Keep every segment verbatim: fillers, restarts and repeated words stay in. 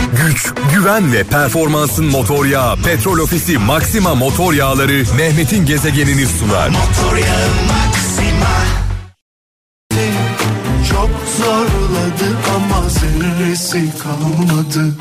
Güç, güven ve performansın motor yağı Petrol Ofisi Maxima motor yağları Mehmet'in gezegenini sunar. Motor yağı Maxima. Çok zorladı ama zerresi kalmadı.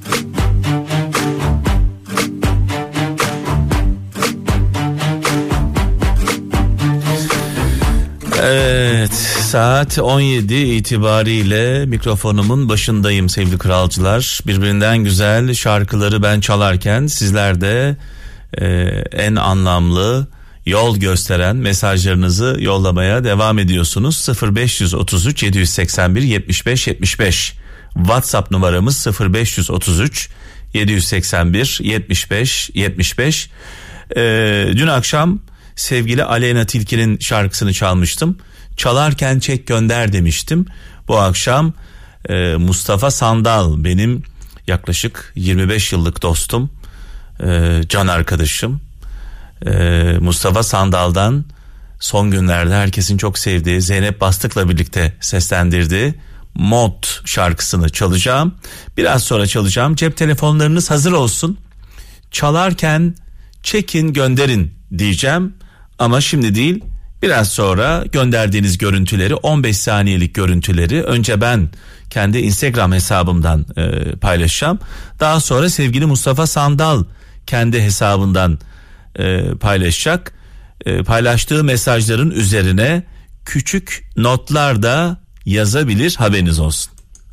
Evet, saat on yedi itibariyle mikrofonumun başındayım sevgili kralcılar. Birbirinden güzel şarkıları ben çalarken sizler de e, en anlamlı yol gösteren mesajlarınızı yollamaya devam ediyorsunuz. sıfır beş üç üç yedi seksen bir yetmiş beş yetmiş beş WhatsApp numaramız sıfır beş üç üç yedi seksen bir yetmiş beş yetmiş beş. E, dün akşam sevgili Aleyna Tilki'nin şarkısını çalmıştım. Çalarken çek gönder demiştim. Bu akşam e, Mustafa Sandal, benim yaklaşık yirmi beş yıllık dostum, e, can arkadaşım. E, Mustafa Sandal'dan son günlerde herkesin çok sevdiği, Zeynep Bastık'la birlikte seslendirdiği Mod şarkısını çalacağım. Biraz sonra çalacağım. Cep telefonlarınız hazır olsun. Çalarken çekin gönderin diyeceğim. Ama şimdi değil, biraz sonra gönderdiğiniz görüntüleri, on beş saniyelik görüntüleri önce ben kendi Instagram hesabımdan e, paylaşacağım. Daha sonra sevgili Mustafa Sandal kendi hesabından e, paylaşacak. E, paylaştığı mesajların üzerine küçük notlar da yazabilir, haberiniz olsun.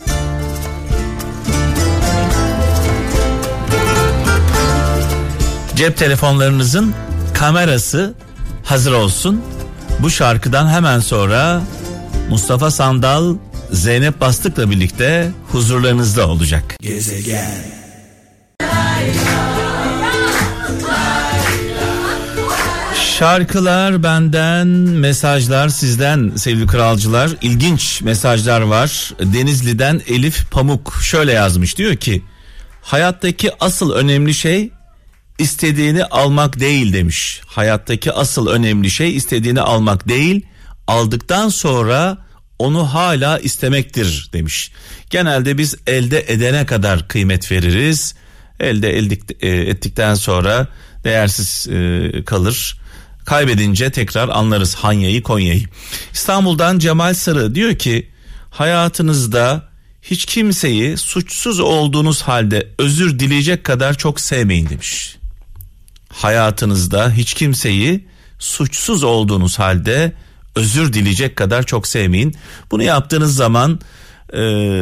Cep telefonlarınızın kamerası hazır olsun. Bu şarkıdan hemen sonra Mustafa Sandal, Zeynep Bastık'la birlikte huzurlarınızda olacak. Gezegen. Şarkılar benden, mesajlar sizden sevgili kralcılar. İlginç mesajlar var. Denizli'den Elif Pamuk şöyle yazmış, diyor ki hayattaki asıl önemli şey İstediğini almak değil demiş. Hayattaki asıl önemli şey istediğini almak değil, aldıktan sonra onu hala istemektir demiş. Genelde biz elde edene kadar kıymet veririz. Elde eldik, e, ettikten sonra değersiz e, kalır. Kaybedince tekrar anlarız Hanya'yı Konya'yı. İstanbul'dan Cemal Sarı diyor ki hayatınızda hiç kimseyi suçsuz olduğunuz halde özür dileyecek kadar çok sevmeyin demiş. Hayatınızda hiç kimseyi suçsuz olduğunuz halde özür dileyecek kadar çok sevmeyin. Bunu yaptığınız zaman e,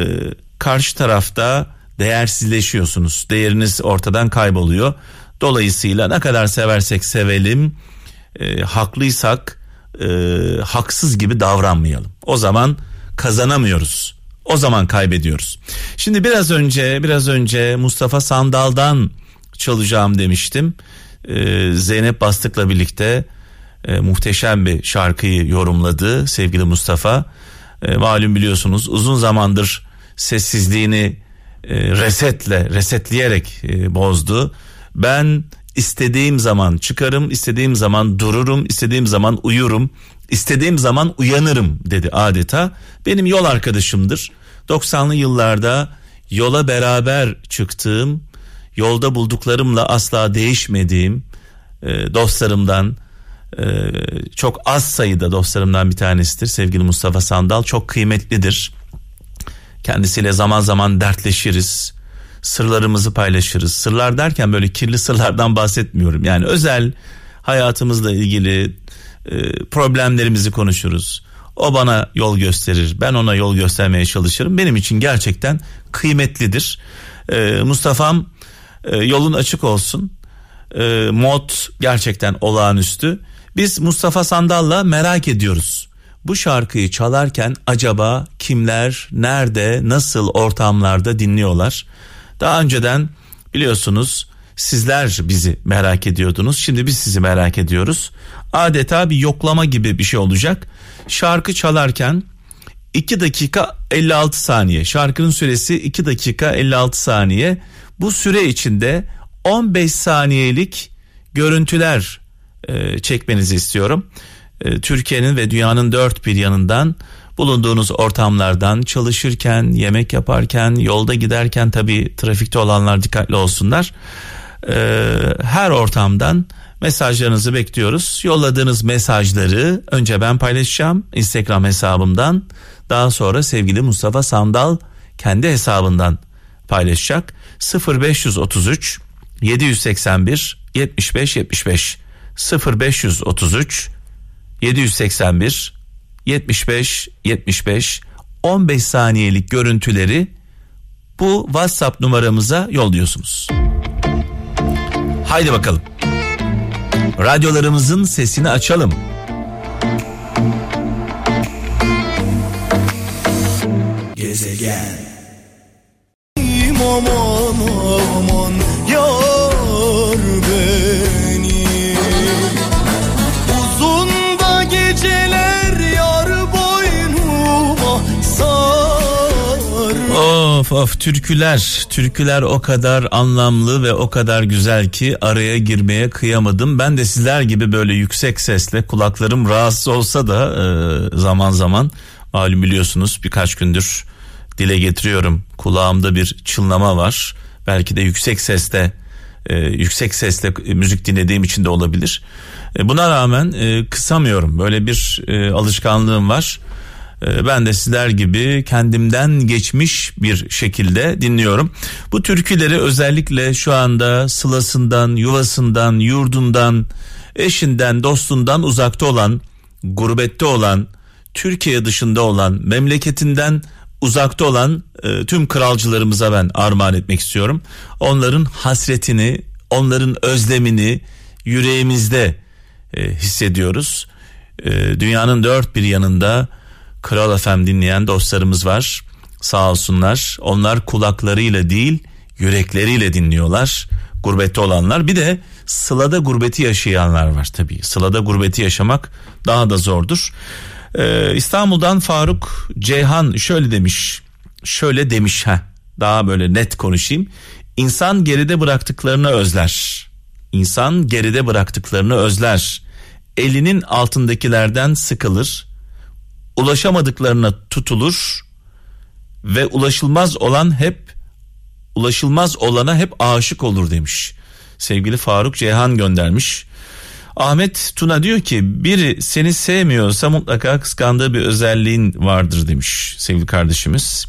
karşı tarafta değersizleşiyorsunuz. Değeriniz ortadan kayboluyor. Dolayısıyla ne kadar seversek sevelim, e, haklıysak e, haksız gibi davranmayalım. O zaman kazanamıyoruz. O zaman kaybediyoruz. Şimdi biraz önce biraz önce Mustafa Sandal'dan çalacağım demiştim. Ee, Zeynep Bastık'la birlikte e, muhteşem bir şarkıyı yorumladı sevgili Mustafa. E, malum biliyorsunuz uzun zamandır sessizliğini e, resetle, resetleyerek e, bozdu. Ben istediğim zaman çıkarım, istediğim zaman dururum, istediğim zaman uyurum, istediğim zaman uyanırım dedi adeta. Benim yol arkadaşımdır. doksanlı yıllarda yola beraber çıktığım, yolda bulduklarımla asla değişmediğim e, dostlarımdan, e, çok az sayıda dostlarımdan bir tanesidir sevgili Mustafa Sandal. Çok kıymetlidir. Kendisiyle zaman zaman dertleşiriz, sırlarımızı paylaşırız. Sırlar derken böyle kirli sırlardan bahsetmiyorum. Yani özel hayatımızla ilgili e, problemlerimizi konuşuruz. O bana yol gösterir, ben ona yol göstermeye çalışırım. Benim için gerçekten kıymetlidir. E, Mustafa'm, e, yolun açık olsun. E, mod gerçekten olağanüstü. Biz Mustafa Sandal'la merak ediyoruz. Bu şarkıyı çalarken acaba kimler, nerede, nasıl ortamlarda dinliyorlar? Daha önceden biliyorsunuz sizler bizi merak ediyordunuz. Şimdi biz sizi merak ediyoruz. Adeta bir yoklama gibi bir şey olacak. Şarkı çalarken iki dakika elli altı saniye. Şarkının süresi iki dakika elli altı saniye. Bu süre içinde on beş saniyelik görüntüler e, çekmenizi istiyorum. E, Türkiye'nin ve dünyanın dört bir yanından bulunduğunuz ortamlardan, çalışırken, yemek yaparken, yolda giderken, tabii trafikte olanlar dikkatli olsunlar. Ee, her ortamdan mesajlarınızı bekliyoruz. Yolladığınız mesajları önce ben paylaşacağım Instagram hesabımdan. Daha sonra sevgili Mustafa Sandal kendi hesabından paylaşacak. sıfır beş otuz üç yedi seksen bir yetmiş beş yetmiş beş sıfır beş otuz üç yedi seksen bir yetmiş beş yetmiş beş on beş saniyelik görüntüleri bu WhatsApp numaramıza yolluyorsunuz. Haydi bakalım. Radyolarımızın sesini açalım. Gezegen. Aman aman yar beni, uzun da geceler yar boynuma sar. Of of, türküler türküler o kadar anlamlı ve o kadar güzel ki araya girmeye kıyamadım. Ben de sizler gibi böyle yüksek sesle, kulaklarım rahatsız olsa da e, zaman zaman malum biliyorsunuz birkaç gündür dile getiriyorum, kulağımda bir çınlama var. Belki de yüksek sesle e, yüksek sesle müzik dinlediğim için de olabilir. E, buna rağmen e, kısamıyorum. Böyle bir e, alışkanlığım var. E, ben de sizler gibi kendimden geçmiş bir şekilde dinliyorum. Bu türküleri özellikle şu anda sılasından, yuvasından, yurdundan, eşinden, dostundan uzakta olan, gurbette olan, Türkiye dışında olan, memleketinden uzakta olan e, tüm kralcılarımıza ben armağan etmek istiyorum. Onların hasretini, onların özlemini yüreğimizde e, hissediyoruz. E, dünyanın dört bir yanında Kral F M dinleyen dostlarımız var. Sağ olsunlar. Onlar kulaklarıyla değil, yürekleriyle dinliyorlar. Gurbette olanlar. Bir de sılada gurbeti yaşayanlar var tabii. Sılada gurbeti yaşamak daha da zordur. Ee, İstanbul'dan Faruk Ceyhan şöyle demiş, şöyle demiş ha, daha böyle net konuşayım. İnsan geride bıraktıklarını özler. İnsan geride bıraktıklarını özler. Elinin altındakilerden sıkılır. Ulaşamadıklarına tutulur ve ulaşılmaz olan hep ulaşılmaz olana hep aşık olur demiş. Sevgili Faruk Ceyhan göndermiş. Ahmet Tuna diyor ki biri seni sevmiyorsa mutlaka kıskandığı bir özelliğin vardır demiş sevgili kardeşimiz.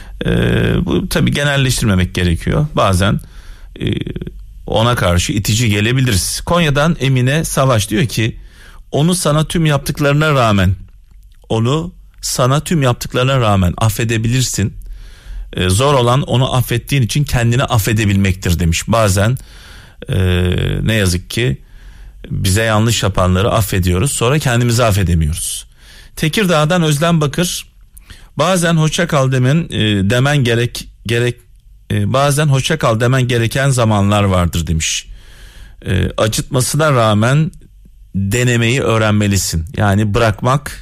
Ee, bu tabii genelleştirmemek gerekiyor. Bazen e, ona karşı itici gelebiliriz. Konya'dan Emine Savaş diyor ki onu sana tüm yaptıklarına rağmen onu sana tüm yaptıklarına rağmen affedebilirsin. Ee, zor olan onu affettiğin için kendini affedebilmektir demiş. Bazen e, ne yazık ki bize yanlış yapanları affediyoruz, sonra kendimizi affedemiyoruz. Tekirdağ'dan Özlem Bakır bazen hoşça kal demen e, demen gerek gerek e, bazen hoşça kal demen gereken zamanlar vardır demiş. E, acıtmasına rağmen denemeyi öğrenmelisin. Yani bırakmak,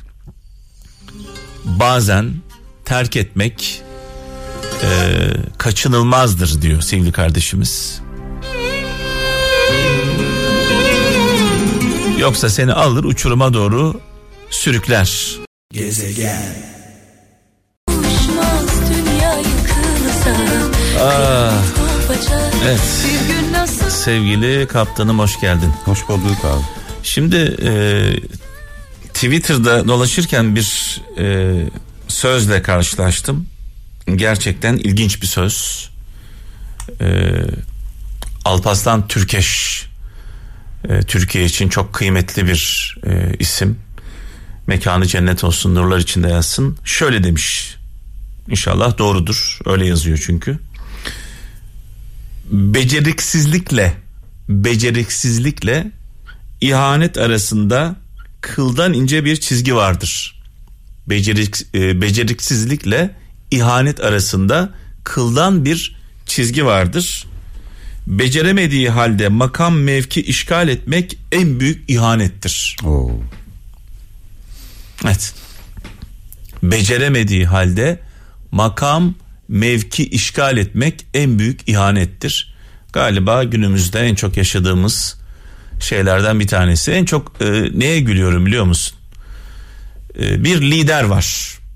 bazen terk etmek e, kaçınılmazdır diyor sevgili kardeşimiz. Yoksa seni alır uçuruma doğru sürükler. Gezegen. Ah, evet. Sevgili kaptanım hoş geldin. Hoş bulduk abi. Şimdi e, Twitter'da dolaşırken bir e, sözle karşılaştım. Gerçekten ilginç bir söz. E, Alparslan Türkeş, e, Türkiye için çok kıymetli bir e, isim. Mekanı cennet olsun, nurlar içinde yatsın. Şöyle demiş. İnşallah doğrudur. Öyle yazıyor çünkü. Beceriksizlikle beceriksizlikle ihanet arasında kıldan ince bir çizgi vardır. Becerik, e, beceriksizlikle ihanet arasında kıldan bir çizgi vardır. Beceremediği halde makam mevki işgal etmek en büyük ihanettir. Oo. Evet. Beceremediği halde makam mevki işgal etmek en büyük ihanettir. Galiba günümüzde en çok yaşadığımız şeylerden bir tanesi. En çok e, neye gülüyorum biliyor musun? E, bir lider var.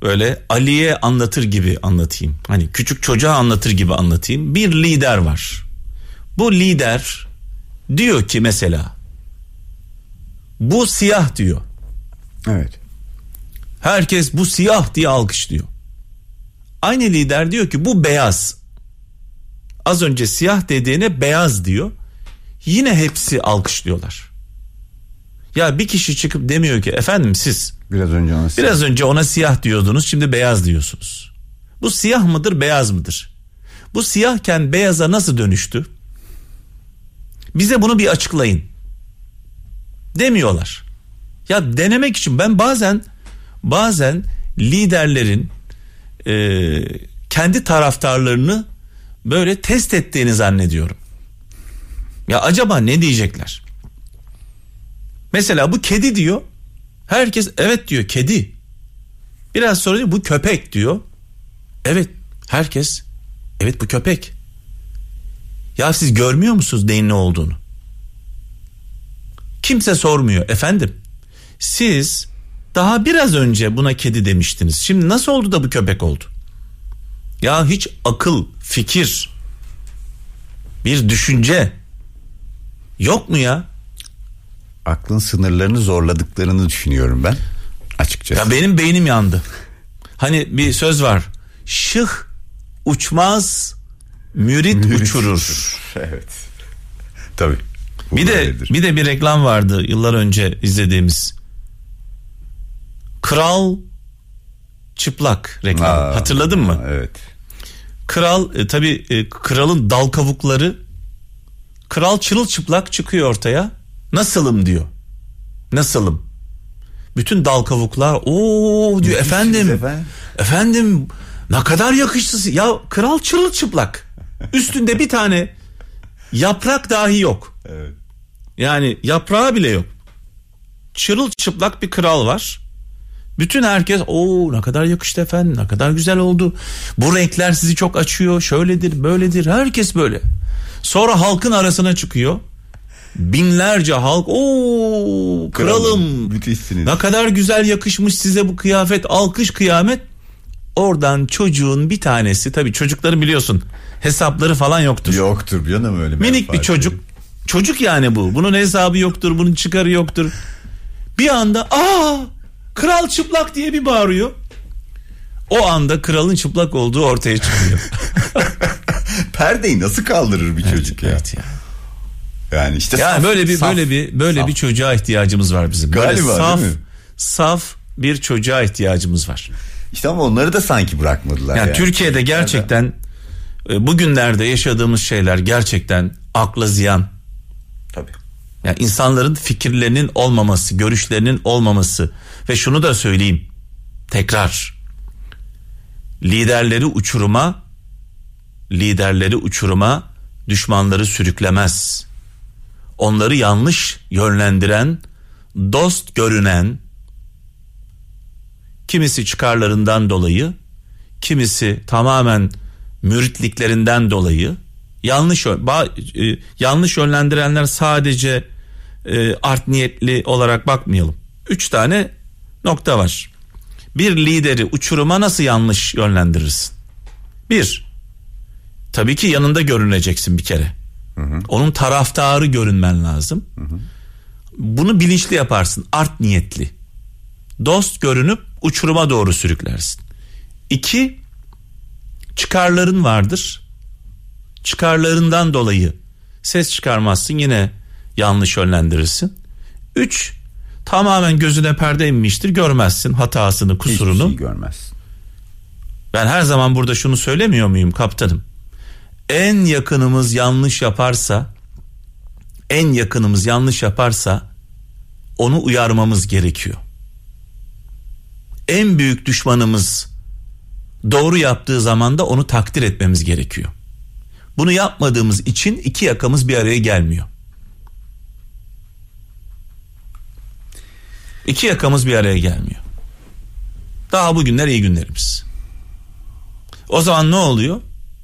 böyle Ali'ye anlatır gibi anlatayım. Hani küçük çocuğa anlatır gibi anlatayım. Bir lider var. Bu lider diyor ki mesela bu siyah diyor. Evet. Herkes bu siyah diye alkışlıyor. Aynı lider diyor ki bu beyaz. Az önce siyah dediğine beyaz diyor. Yine hepsi alkışlıyorlar. Ya bir kişi çıkıp demiyor ki efendim siz Biraz önce ona biraz siyah. önce ona siyah diyordunuz, şimdi beyaz diyorsunuz. Bu siyah mıdır, beyaz mıdır? Bu siyahken beyaza nasıl dönüştü? Bize bunu bir açıklayın. Demiyorlar. Ya denemek için ben bazen bazen liderlerin e, kendi taraftarlarını böyle test ettiğini zannediyorum. Ya acaba ne diyecekler? Mesela bu kedi diyor. Herkes evet diyor, kedi. Biraz sonra diyor bu köpek diyor. Evet, herkes evet bu köpek. Ya siz görmüyor musunuz neyin ne olduğunu? Kimse sormuyor efendim. Siz daha biraz önce buna kedi demiştiniz. Şimdi nasıl oldu da bu köpek oldu? Ya hiç akıl, fikir, bir düşünce yok mu ya? Aklın sınırlarını zorladıklarını düşünüyorum ben açıkçası. Ya benim beynim yandı. Hani bir söz var. Şıh uçmaz, mürit, mürit uçurur. Evet. Tabii. Bir de öyledir. bir de bir reklam vardı yıllar önce izlediğimiz. Kral çıplak reklamı. Aa, hatırladın mı? Evet. Kral e, tabii e, kralın dal kavukları, kral çırılçıplak çıkıyor ortaya. Nasılım diyor. Nasılım? Bütün dal kavuklar ooo diyor, efendim. Efendim, efendim ne kadar yakışsız. Ya kral çırılçıplak. Üstünde bir tane yaprak dahi yok. Evet. Yani yaprağı bile yok. Çırılçıplak bir kral var. Bütün herkes ooo ne kadar yakıştı efendim, ne kadar güzel oldu. Bu renkler sizi çok açıyor, şöyledir böyledir, herkes böyle. Sonra halkın arasına çıkıyor. Binlerce halk ooo kralım, kralım ne kadar güzel yakışmış size bu kıyafet, alkış kıyamet. Oradan çocuğun bir tanesi, tabii çocukları biliyorsun hesapları falan yoktur. Yoktur canım öyle. Minik bir çocuk. Çocuk yani bu. Bunun hesabı yoktur, bunun çıkarı yoktur. Bir anda aa kral çıplak diye bir bağırıyor. O anda kralın çıplak olduğu ortaya çıkıyor. Perdeyi nasıl kaldırır bir evet, çocuk ya? Evet ya. Yani işte yani saf, böyle bir saf, böyle bir böyle saf. bir çocuğa ihtiyacımız var bizim. Böyle galiba saf, değil mi? Saf bir çocuğa ihtiyacımız var. İşte ama onları da sanki bırakmadılar. Yani, yani. Türkiye'de gerçekten bugünlerde yaşadığımız şeyler gerçekten akla ziyan. Tabii. Yani insanların fikirlerinin olmaması, görüşlerinin olmaması ve şunu da söyleyeyim tekrar. Liderleri uçuruma, liderleri uçuruma, düşmanları sürüklemez. Onları yanlış yönlendiren, dost görünen, kimisi çıkarlarından dolayı, kimisi tamamen müritliklerinden dolayı yanlış ba- yanlış yönlendirenler sadece e, art niyetli olarak bakmayalım. Üç tane nokta var. Bir lideri uçuruma nasıl yanlış yönlendirirsin? Bir, tabii ki yanında görüneceksin bir kere. Hı hı. Onun taraftarı görünmen lazım. Hı hı. Bunu bilinçli yaparsın, art niyetli. Dost görünüp uçuruma doğru sürüklersin. İki, çıkarların vardır. Çıkarlarından dolayı ses çıkarmazsın, yine yanlış yönlendirirsin. Üç, tamamen gözüne perde inmiştir, görmezsin hatasını, kusurunu. Hiçbir şey görmezsin. Ben her zaman burada şunu söylemiyor muyum kaptanım? En yakınımız yanlış yaparsa, en yakınımız yanlış yaparsa onu uyarmamız gerekiyor. En büyük düşmanımız doğru yaptığı zaman da onu takdir etmemiz gerekiyor. Bunu yapmadığımız için iki yakamız bir araya gelmiyor. İki yakamız bir araya gelmiyor. Daha bugünler iyi günlerimiz. O zaman ne oluyor?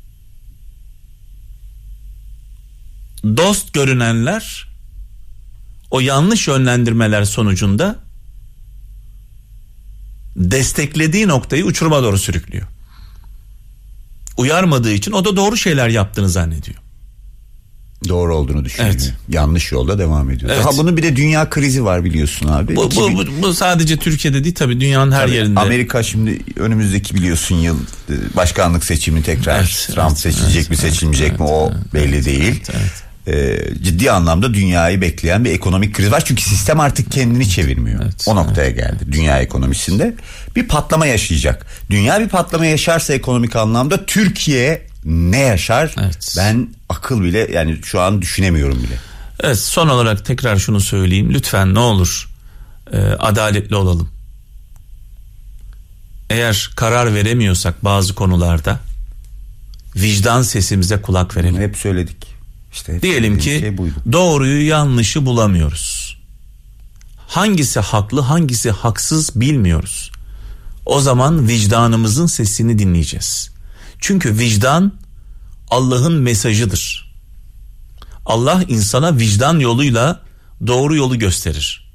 Dost görünenler o yanlış yönlendirmeler sonucunda desteklediği noktayı uçuruma doğru sürüklüyor. Uyarmadığı için o da doğru şeyler yaptığını zannediyor. Doğru olduğunu düşünüyor. Evet. Yanlış yolda devam ediyor. Evet. Daha bunun bir de dünya krizi var biliyorsun abi. Bu, bu, bu, bu sadece Türkiye'de değil tabii dünyanın her Tabii, yerinde. Amerika şimdi önümüzdeki biliyorsun yıl başkanlık seçimi tekrar Evet, Trump evet, seçilecek evet, mi seçilmeyecek evet, mi o evet, belli evet, değil. Evet, evet. Ee, ciddi anlamda dünyayı bekleyen bir ekonomik kriz var. Çünkü sistem artık kendini çevirmiyor. Evet, o noktaya evet. geldi. Dünya ekonomisinde bir patlama yaşayacak. Dünya bir patlama yaşarsa ekonomik anlamda Türkiye ne yaşar? Evet. Ben akıl bile yani şu an düşünemiyorum bile. Evet, son olarak tekrar şunu söyleyeyim. Lütfen ne olur e, adaletli olalım. Eğer karar veremiyorsak bazı konularda vicdan sesimize kulak verelim. Hep söyledik. İşte hep Diyelim ki şey doğruyu yanlışı bulamıyoruz. Hangisi haklı hangisi haksız bilmiyoruz. O zaman vicdanımızın sesini dinleyeceğiz. Çünkü vicdan Allah'ın mesajıdır. Allah insana vicdan yoluyla doğru yolu gösterir.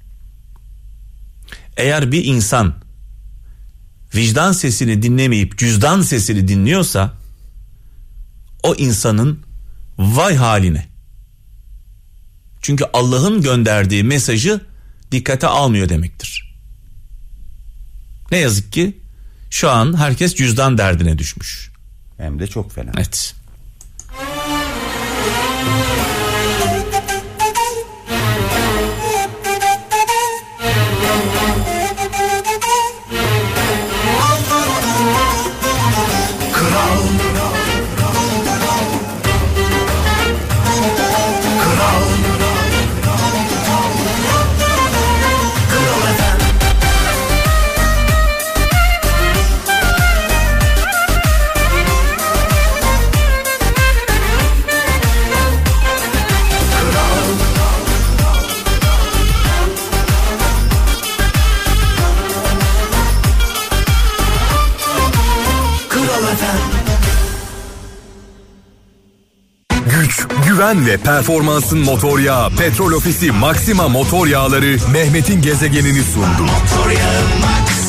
Eğer bir insan vicdan sesini dinlemeyip cüzdan sesini dinliyorsa o insanın vay haline. Çünkü Allah'ın gönderdiği mesajı dikkate almıyor demektir. Ne yazık ki şu an herkes cüzdan derdine düşmüş. Hem de çok fena. Evet. Güç, güven ve performansın motor yağı Petrol Ofisi Maxima motor yağları Mehmet'in gezegenini sundu. Motor yağı Maxima.